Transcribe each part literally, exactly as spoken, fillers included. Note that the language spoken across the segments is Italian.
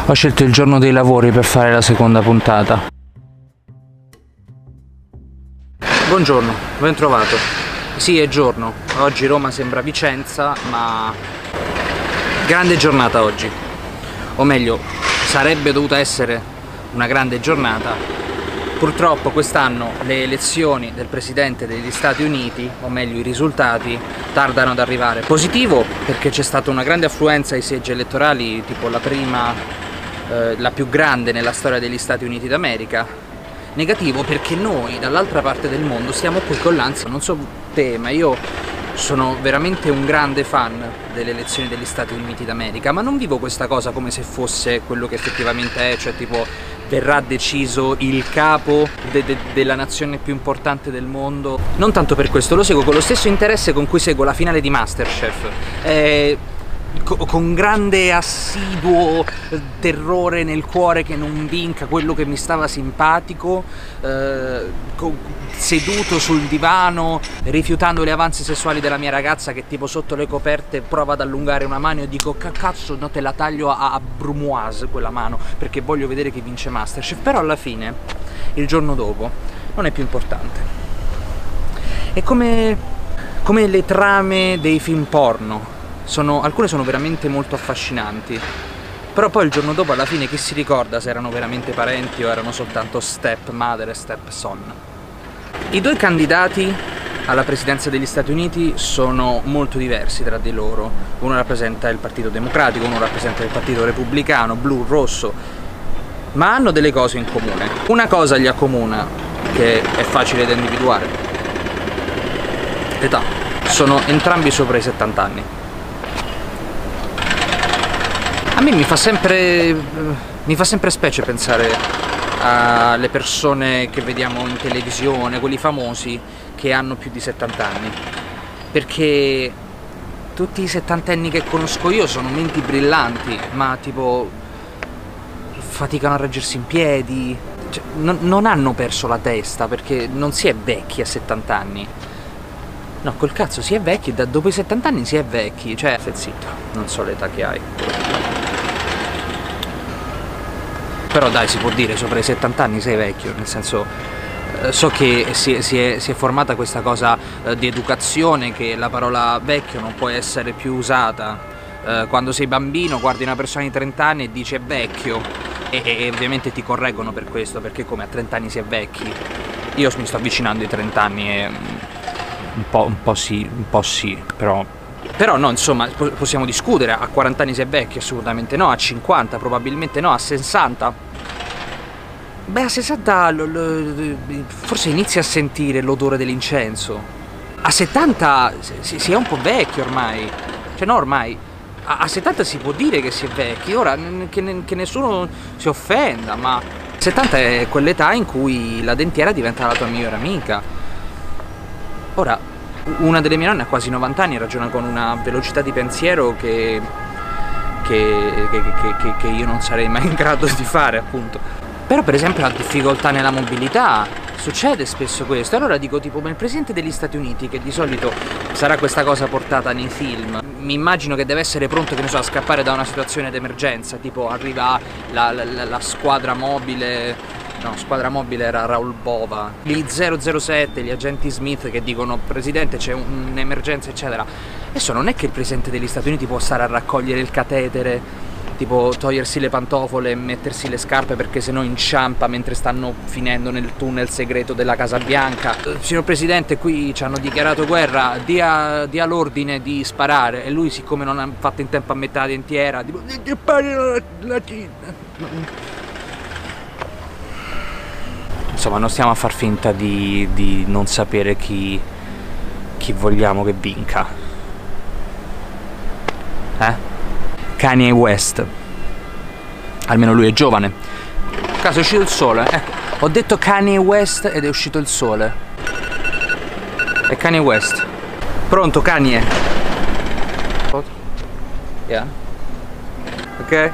Ho scelto il giorno dei lavori per fare la seconda puntata. Buongiorno, ben trovato. Sì, è giorno. Oggi Roma sembra Vicenza, ma grande giornata oggi. O meglio, sarebbe dovuta essere una grande giornata. Purtroppo quest'anno le elezioni del Presidente degli Stati Uniti, o meglio i risultati, tardano ad arrivare. Positivo perché c'è stata una grande affluenza ai seggi elettorali, tipo la prima, eh, la più grande nella storia degli Stati Uniti d'America. Negativo perché noi, dall'altra parte del mondo, stiamo qui con l'ansia. Non so te, ma io sono veramente un grande fan delle elezioni degli Stati Uniti d'America, ma non vivo questa cosa come se fosse quello che effettivamente è, cioè tipo verrà deciso il capo de de della nazione più importante del mondo. Non tanto per questo, lo seguo con lo stesso interesse con cui seguo la finale di Masterchef. Eh, con grande assiduo terrore nel cuore che non vinca quello che mi stava simpatico, eh, seduto sul divano rifiutando le avanze sessuali della mia ragazza che tipo sotto le coperte prova ad allungare una mano e dico cazzo no, te la taglio a, a brumoise quella mano perché voglio vedere chi vince Masterchef. Però alla fine il giorno dopo non è più importante. È come, come le trame dei film porno. Sono, alcune sono veramente molto affascinanti, però poi il giorno dopo alla fine chi si ricorda se erano veramente parenti o erano soltanto stepmother e stepson. I due candidati alla presidenza degli Stati Uniti sono molto diversi tra di loro. Uno rappresenta il Partito Democratico, uno rappresenta il Partito Repubblicano, blu, rosso, ma hanno delle cose in comune. Una cosa li accomuna, che è facile da individuare: l'età. Sono entrambi sopra i settanta anni. A me mi fa sempre, mi fa sempre specie pensare alle persone che vediamo in televisione, quelli famosi che hanno più di settanta anni, perché tutti i settantenni che conosco io sono menti brillanti, ma tipo faticano a reggersi in piedi, cioè, non, non hanno perso la testa, perché non si è vecchi a settanta anni. No, col cazzo si è vecchi, da dopo i settanta anni si è vecchi, cioè stai zitto, non so l'età che hai. Però dai, si può dire, sopra i settanta anni sei vecchio, nel senso, eh, so che si, si, è, si è formata questa cosa eh, di educazione, che la parola vecchio non può essere più usata. Eh, quando sei bambino guardi una persona di trenta anni e dice vecchio, e, e ovviamente ti correggono per questo, perché come a trenta anni si è vecchi. Io mi sto avvicinando ai trenta anni e un po', un po' sì, un po' sì, però... Però no, insomma, possiamo discutere, a quaranta anni si è vecchi? Assolutamente no, a cinquanta probabilmente no, a sessanta? Beh, a sessanta lo, lo, forse inizi a sentire l'odore dell'incenso. A settanta si, si è un po' vecchi ormai, cioè no ormai, a, a settanta si può dire che si è vecchi, ora che, che nessuno si offenda, ma settanta è quell'età in cui la dentiera diventa la tua migliore amica. Ora, una delle mie nonne ha quasi novanta anni e ragiona con una velocità di pensiero che, che, che, che, che io non sarei mai in grado di fare, appunto. Però per esempio ha difficoltà nella mobilità, succede spesso questo. Allora dico tipo, ma il Presidente degli Stati Uniti, che di solito sarà questa cosa portata nei film, mi immagino che deve essere pronto, che ne so, a scappare da una situazione d'emergenza, tipo arriva la, la, la, la squadra mobile. No, squadra mobile era Raul Bova, gli zero zero sette, gli agenti Smith che dicono Presidente c'è un'emergenza eccetera. Adesso non è che il Presidente degli Stati Uniti può stare a raccogliere il catetere, tipo togliersi le pantofole e mettersi le scarpe perché sennò inciampa mentre stanno finendo nel tunnel segreto della Casa Bianca. Signor Presidente, qui ci hanno dichiarato guerra, dia, dia l'ordine di sparare, e lui, siccome non ha fatto in tempo a mettere la dentiera, tipo insomma, non stiamo a far finta di, di non sapere chi, chi vogliamo che vinca. Eh? Kanye West. Almeno lui è giovane. A caso è uscito il sole. Ecco, ho detto Kanye West ed è uscito il sole. È Kanye West. Pronto, Kanye? Yeah. Ok?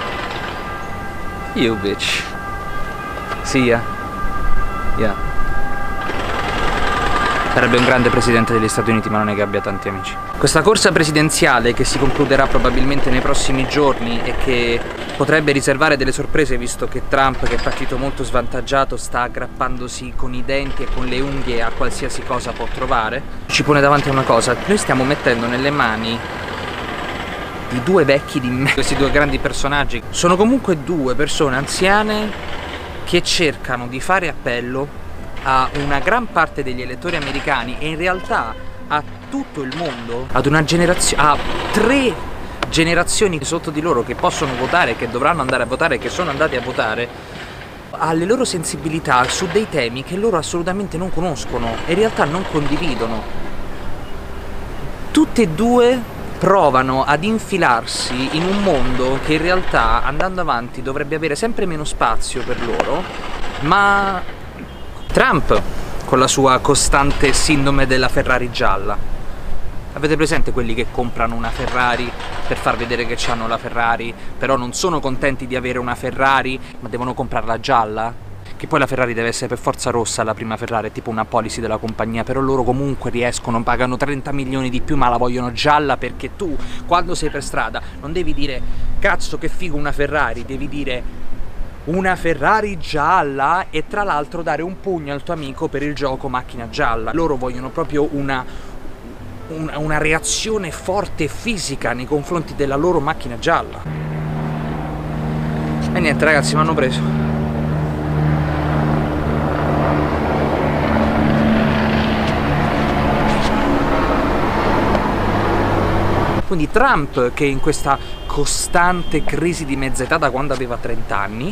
You bitch. See ya. Yeah. Sarebbe un grande presidente degli Stati Uniti, ma non è che abbia tanti amici. Questa corsa presidenziale, che si concluderà probabilmente nei prossimi giorni e che potrebbe riservare delle sorprese, visto che Trump, che è partito molto svantaggiato, sta aggrappandosi con i denti e con le unghie a qualsiasi cosa può trovare, ci pone davanti a una cosa: noi stiamo mettendo nelle mani di due vecchi di me. Questi due grandi personaggi sono comunque due persone anziane che cercano di fare appello a una gran parte degli elettori americani e in realtà a tutto il mondo, ad una generazione, a tre generazioni sotto di loro che possono votare, che dovranno andare a votare, che sono andati a votare, alle loro sensibilità su dei temi che loro assolutamente non conoscono e in realtà non condividono. Tutte e due provano ad infilarsi in un mondo che in realtà, andando avanti, dovrebbe avere sempre meno spazio per loro, ma Trump con la sua costante sindrome della Ferrari gialla. Avete presente quelli che comprano una Ferrari per far vedere che hanno la Ferrari, però non sono contenti di avere una Ferrari, ma devono comprarla gialla? Che poi la Ferrari deve essere per forza rossa, la prima Ferrari, è tipo una policy della compagnia, però loro comunque riescono, pagano trenta milioni di più ma la vogliono gialla, perché tu, quando sei per strada, non devi dire cazzo che figo una Ferrari, devi dire una Ferrari gialla e tra l'altro dare un pugno al tuo amico per il gioco macchina gialla. Loro vogliono proprio una, una, una reazione forte e fisica nei confronti della loro macchina gialla. E niente ragazzi, mi hanno preso. Quindi Trump, che è in questa costante crisi di mezza età da quando aveva trenta anni,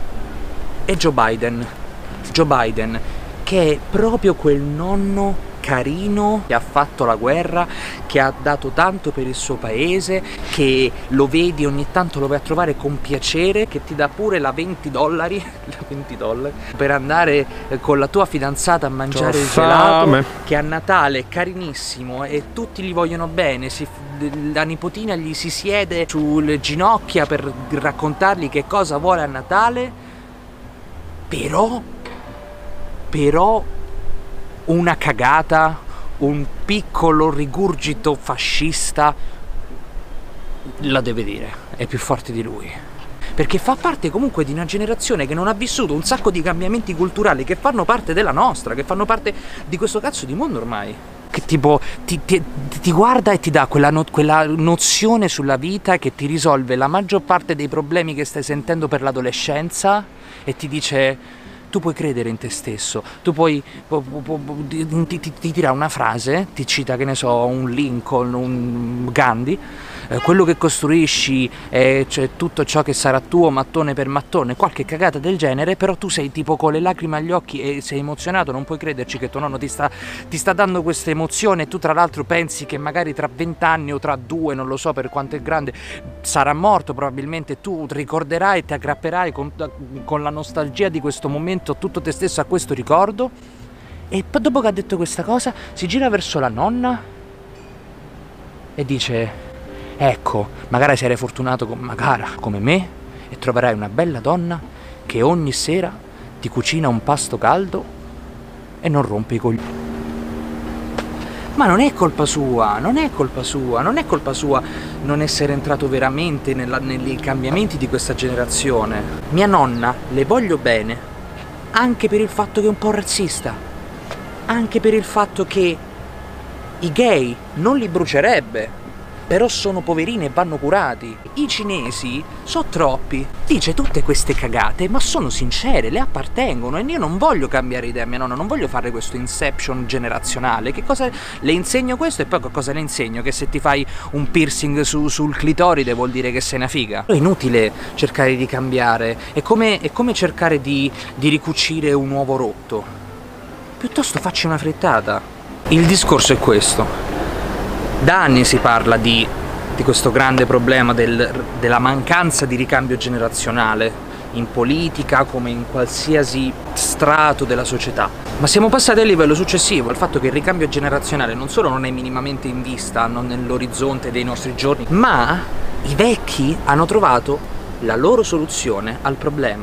e Joe Biden, Joe Biden, che è proprio quel nonno carino che ha fatto la guerra, che ha dato tanto per il suo paese, che lo vedi ogni tanto, lo vai a trovare con piacere, che ti dà pure la venti dollari, la venti dollari per andare con la tua fidanzata a mangiare il gelato, che a Natale è carinissimo e tutti gli vogliono bene, si, la nipotina gli si siede sulle ginocchia per raccontargli che cosa vuole a Natale. Però, però una cagata, un piccolo rigurgito fascista la deve dire, è più forte di lui. Perché fa parte comunque di una generazione che non ha vissuto un sacco di cambiamenti culturali che fanno parte della nostra, che fanno parte di questo cazzo di mondo ormai. Che tipo ti, ti, ti guarda e ti dà quella, no, quella nozione sulla vita che ti risolve la maggior parte dei problemi che stai sentendo per l'adolescenza e ti dice: tu puoi credere in te stesso, tu puoi, pu, pu, pu, ti, ti, ti tira una frase, ti cita, che ne so, un Lincoln, un Gandhi, eh, quello che costruisci è cioè, tutto ciò che sarà tuo mattone per mattone, qualche cagata del genere, però tu sei tipo con le lacrime agli occhi e sei emozionato, non puoi crederci che tuo nonno ti sta, ti sta dando questa emozione e tu tra l'altro pensi che magari tra vent'anni o tra due, non lo so per quanto è grande, sarà morto probabilmente, tu ricorderai e ti aggrapperai con, con la nostalgia di questo momento tutto te stesso a questo ricordo. E poi dopo che ha detto questa cosa si gira verso la nonna e dice: ecco, magari sarai fortunato con magari come me e troverai una bella donna che ogni sera ti cucina un pasto caldo e non rompe i coglioni. Ma non è colpa sua, non è colpa sua, non è colpa sua non essere entrato veramente nella, nei cambiamenti di questa generazione. Mia nonna le voglio bene anche per il fatto che è un po' razzista, anche per il fatto che i gay non li brucerebbe, però sono poverini e vanno curati. I cinesi sono troppi. Dice tutte queste cagate, ma sono sincere, le appartengono e io non voglio cambiare idea a mia nonna, non voglio fare questo inception generazionale. Che cosa le insegno questo e poi cosa le insegno? Che se ti fai un piercing su, sul clitoride vuol dire che sei una figa? È inutile cercare di cambiare, è come, è come cercare di, di ricucire un uovo rotto. Piuttosto facci una frittata. Il discorso è questo. Da anni si parla di, di questo grande problema del, della mancanza di ricambio generazionale in politica come in qualsiasi strato della società. Ma siamo passati al livello successivo, il fatto che il ricambio generazionale non solo non è minimamente in vista, non nell'orizzonte dei nostri giorni, ma i vecchi hanno trovato la loro soluzione al problema.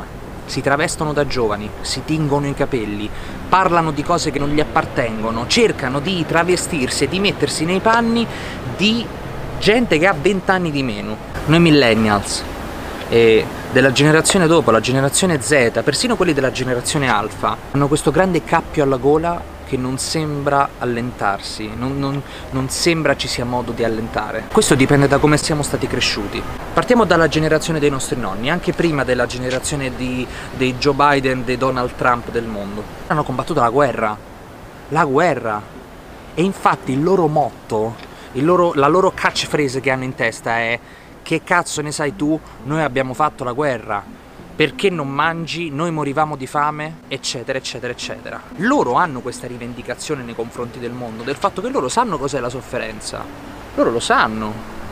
si travestono da giovani, si tingono i capelli, parlano di cose che non gli appartengono, cercano di travestirsi e di mettersi nei panni di gente che ha venti anni di meno. Noi millennials e della generazione dopo, la generazione Z, persino quelli della generazione Alpha, hanno questo grande cappio alla gola che non sembra allentarsi, non, non, non sembra ci sia modo di allentare. Questo dipende da come siamo stati cresciuti. Partiamo dalla generazione dei nostri nonni, anche prima della generazione di, dei Joe Biden, dei Donald Trump del mondo. Hanno combattuto la guerra, la guerra, e infatti il loro motto, il loro, la loro catchphrase che hanno in testa è: che cazzo ne sai tu? Noi abbiamo fatto la guerra. Perché non mangi? Noi morivamo di fame, eccetera, eccetera, eccetera. Loro hanno questa rivendicazione nei confronti del mondo, del fatto che loro sanno cos'è la sofferenza. Loro lo sanno.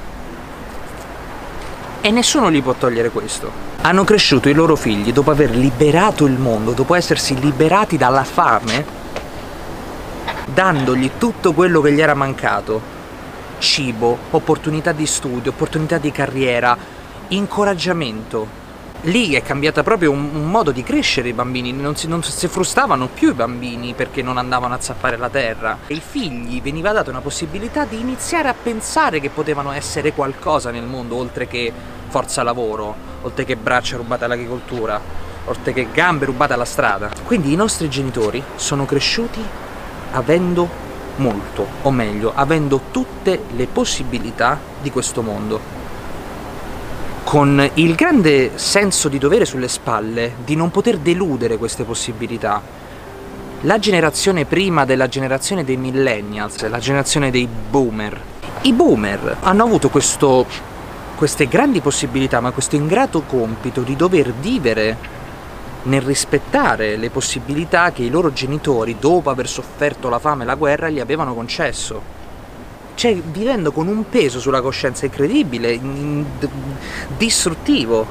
E nessuno gli può togliere questo. Hanno cresciuto i loro figli dopo aver liberato il mondo, dopo essersi liberati dalla fame, dandogli tutto quello che gli era mancato. Cibo, opportunità di studio, opportunità di carriera, incoraggiamento. Lì è cambiata proprio un, un modo di crescere i bambini, non si, non si frustavano più i bambini perché non andavano a zappare la terra. Ai figli veniva data una possibilità di iniziare a pensare che potevano essere qualcosa nel mondo, oltre che forza lavoro, oltre che braccia rubate all'agricoltura, oltre che gambe rubate alla strada. Quindi i nostri genitori sono cresciuti avendo molto, o meglio, avendo tutte le possibilità di questo mondo, con il grande senso di dovere sulle spalle di non poter deludere queste possibilità. La generazione prima della generazione dei millennials, la generazione dei boomer, i boomer hanno avuto questo, queste grandi possibilità, ma questo ingrato compito di dover vivere nel rispettare le possibilità che i loro genitori, dopo aver sofferto la fame e la guerra, gli avevano concesso. Cioè, vivendo con un peso sulla coscienza incredibile, distruttivo.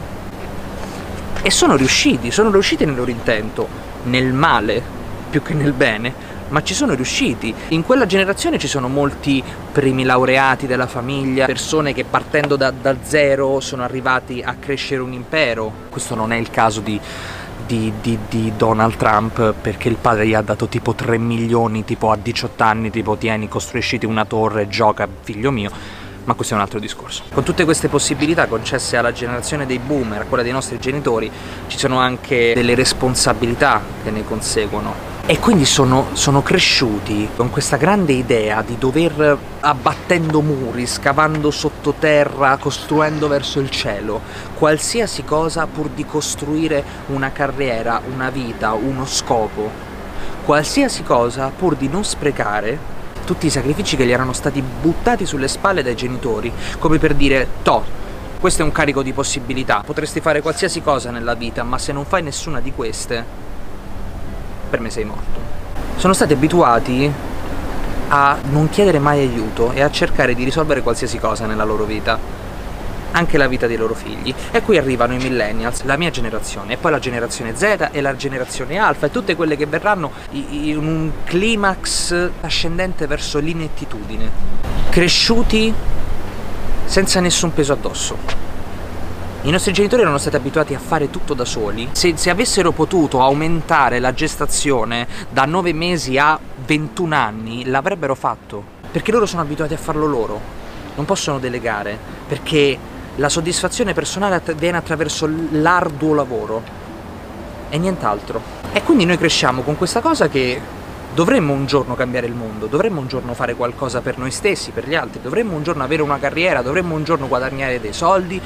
E sono riusciti, sono riusciti nel loro intento, nel male più che nel bene, ma ci sono riusciti. In quella generazione ci sono molti primi laureati della famiglia, persone che partendo da, da zero sono arrivati a crescere un impero. Questo non è il caso di... Di, di, di Donald Trump, perché il padre gli ha dato tipo tre milioni, tipo a diciotto anni, tipo tieni, costruisciti una torre, gioca, figlio mio, ma questo è un altro discorso. Con tutte queste possibilità concesse alla generazione dei boomer, a quella dei nostri genitori, ci sono anche delle responsabilità che ne conseguono. E quindi sono, sono cresciuti con questa grande idea di dover, abbattendo muri, scavando sottoterra, costruendo verso il cielo, qualsiasi cosa pur di costruire una carriera, una vita, uno scopo, qualsiasi cosa pur di non sprecare tutti i sacrifici che gli erano stati buttati sulle spalle dai genitori, come per dire: toh, questo è un carico di possibilità, potresti fare qualsiasi cosa nella vita, ma se non fai nessuna di queste, per me sei morto. Sono stati abituati a non chiedere mai aiuto e a cercare di risolvere qualsiasi cosa nella loro vita, anche la vita dei loro figli. E qui arrivano i millennials, la mia generazione, e poi la generazione Z e la generazione Alpha e tutte quelle che verranno in un climax ascendente verso l'inettitudine, cresciuti senza nessun peso addosso. I nostri genitori erano stati abituati a fare tutto da soli. Se, se avessero potuto aumentare la gestazione da nove mesi a ventuno anni, l'avrebbero fatto, perché loro sono abituati a farlo loro, non possono delegare, perché la soddisfazione personale viene attraverso l'arduo lavoro e nient'altro. E quindi noi cresciamo con questa cosa che dovremmo un giorno cambiare il mondo, dovremmo un giorno fare qualcosa per noi stessi, per gli altri, dovremmo un giorno avere una carriera, dovremmo un giorno guadagnare dei soldi,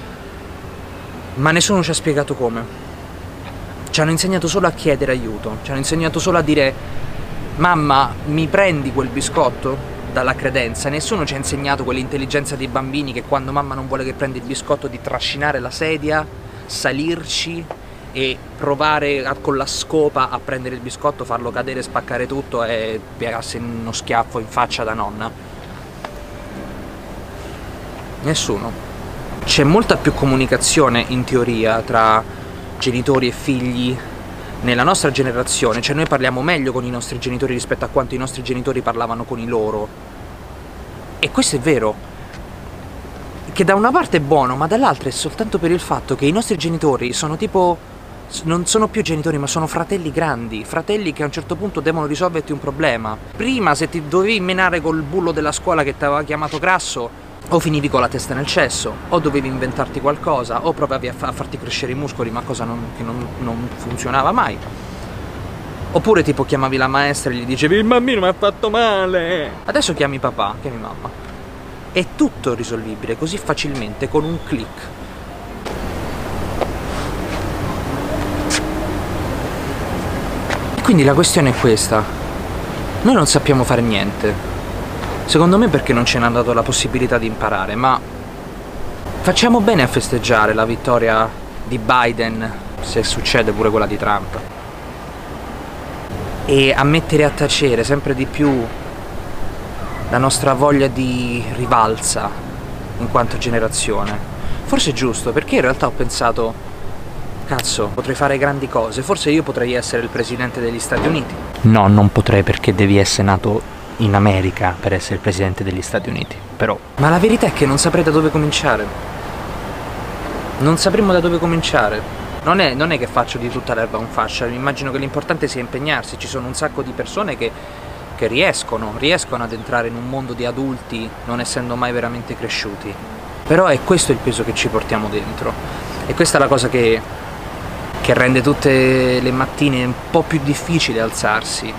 ma nessuno ci ha spiegato come. Ci hanno insegnato solo a chiedere aiuto, ci hanno insegnato solo a dire: mamma, mi prendi quel biscotto? Dalla credenza. Nessuno ci ha insegnato quell'intelligenza dei bambini che quando mamma non vuole che prendi il biscotto, di trascinare la sedia, salirci e provare a, con la scopa a prendere il biscotto, farlo cadere, spaccare tutto e piegarsi uno schiaffo in faccia da nonna. Nessuno. C'è molta più comunicazione, in teoria, tra genitori e figli nella nostra generazione, cioè noi parliamo meglio con i nostri genitori rispetto a quanto i nostri genitori parlavano con i loro. E questo è vero, che da una parte è buono, ma dall'altra è soltanto per il fatto che i nostri genitori sono tipo non sono più genitori, ma sono fratelli grandi, fratelli che a un certo punto devono risolverti un problema. Prima, se ti dovevi menare col bullo della scuola che ti aveva chiamato grasso, o finivi con la testa nel cesso, o dovevi inventarti qualcosa, o provavi a, fa a farti crescere i muscoli, ma cosa non, che non, non funzionava mai. Oppure tipo chiamavi la maestra e gli dicevi il bambino mi ha fatto male. Adesso chiami papà, chiami mamma. È tutto risolvibile così facilmente con un click. E quindi la questione è questa. Noi non sappiamo fare niente. Secondo me perché non ce n'ha dato la possibilità di imparare, ma facciamo bene a festeggiare la vittoria di Biden, se succede pure quella di Trump, e a mettere a tacere sempre di più la nostra voglia di rivalsa in quanto generazione. Forse è giusto, perché in realtà ho pensato, cazzo, potrei fare grandi cose, forse io potrei essere il presidente degli Stati Uniti. No, non potrei, perché devi essere nato in America per essere il presidente degli Stati Uniti, però. Ma la verità è che non saprei da dove cominciare. Non sapremmo da dove cominciare. Non è, non è che faccio di tutta l'erba un fascio, immagino che l'importante sia impegnarsi. Ci sono un sacco di persone che, che riescono, riescono ad entrare in un mondo di adulti non essendo mai veramente cresciuti. Però è questo il peso che ci portiamo dentro. E questa è la cosa che, che rende tutte le mattine un po' più difficile alzarsi.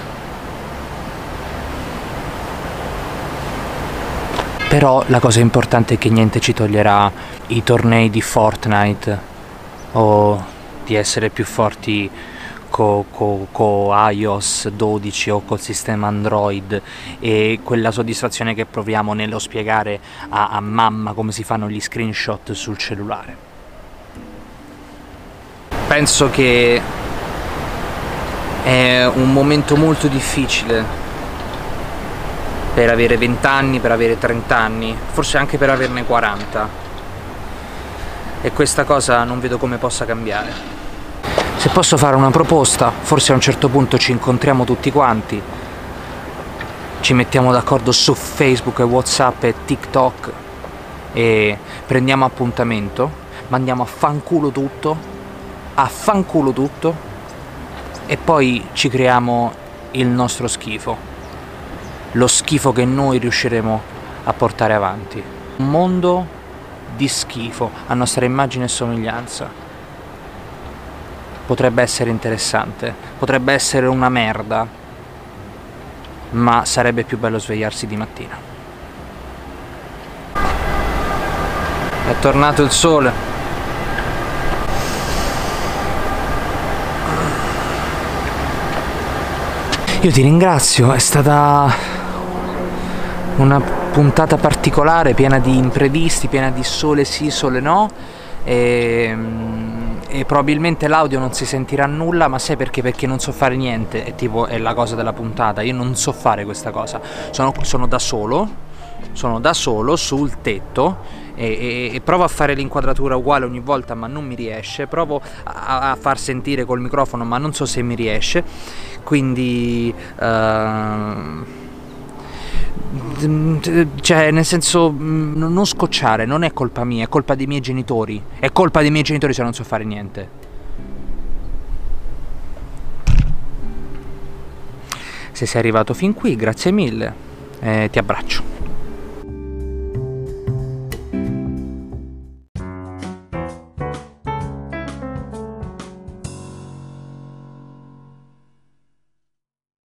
Però la cosa importante è che niente ci toglierà i tornei di Fortnite o di essere più forti con co, co iOS dodici o col sistema Android, e quella soddisfazione che proviamo nello spiegare a, a mamma come si fanno gli screenshot sul cellulare. Penso che è un momento molto difficile per avere venti anni, per avere trenta anni, forse anche per averne quaranta. E questa cosa non vedo come possa cambiare. Se posso fare una proposta, forse a un certo punto ci incontriamo tutti quanti, ci mettiamo d'accordo su Facebook e WhatsApp e TikTok e prendiamo appuntamento, mandiamo a fanculo tutto, a fanculo tutto, e poi ci creiamo il nostro schifo. Lo schifo che noi riusciremo a portare avanti. Un mondo di schifo a nostra immagine e somiglianza. Potrebbe essere interessante, potrebbe essere una merda, ma sarebbe più bello svegliarsi di mattina. È tornato il sole. Io ti ringrazio, è stata una puntata particolare, piena di imprevisti, piena di sole sì, sole no, e, e probabilmente l'audio non si sentirà nulla, ma sai perché? Perché non so fare niente, è tipo, è la cosa della puntata, io non so fare questa cosa, sono, sono da solo, sono da solo sul tetto e, e, e provo a fare l'inquadratura uguale ogni volta, ma non mi riesce, provo a, a far sentire col microfono, ma non so se mi riesce, quindi... Uh, cioè, nel senso, non scocciare, non è colpa mia, è colpa dei miei genitori, è colpa dei miei genitori se non so fare niente. Se sei arrivato fin qui, grazie mille, eh, ti abbraccio.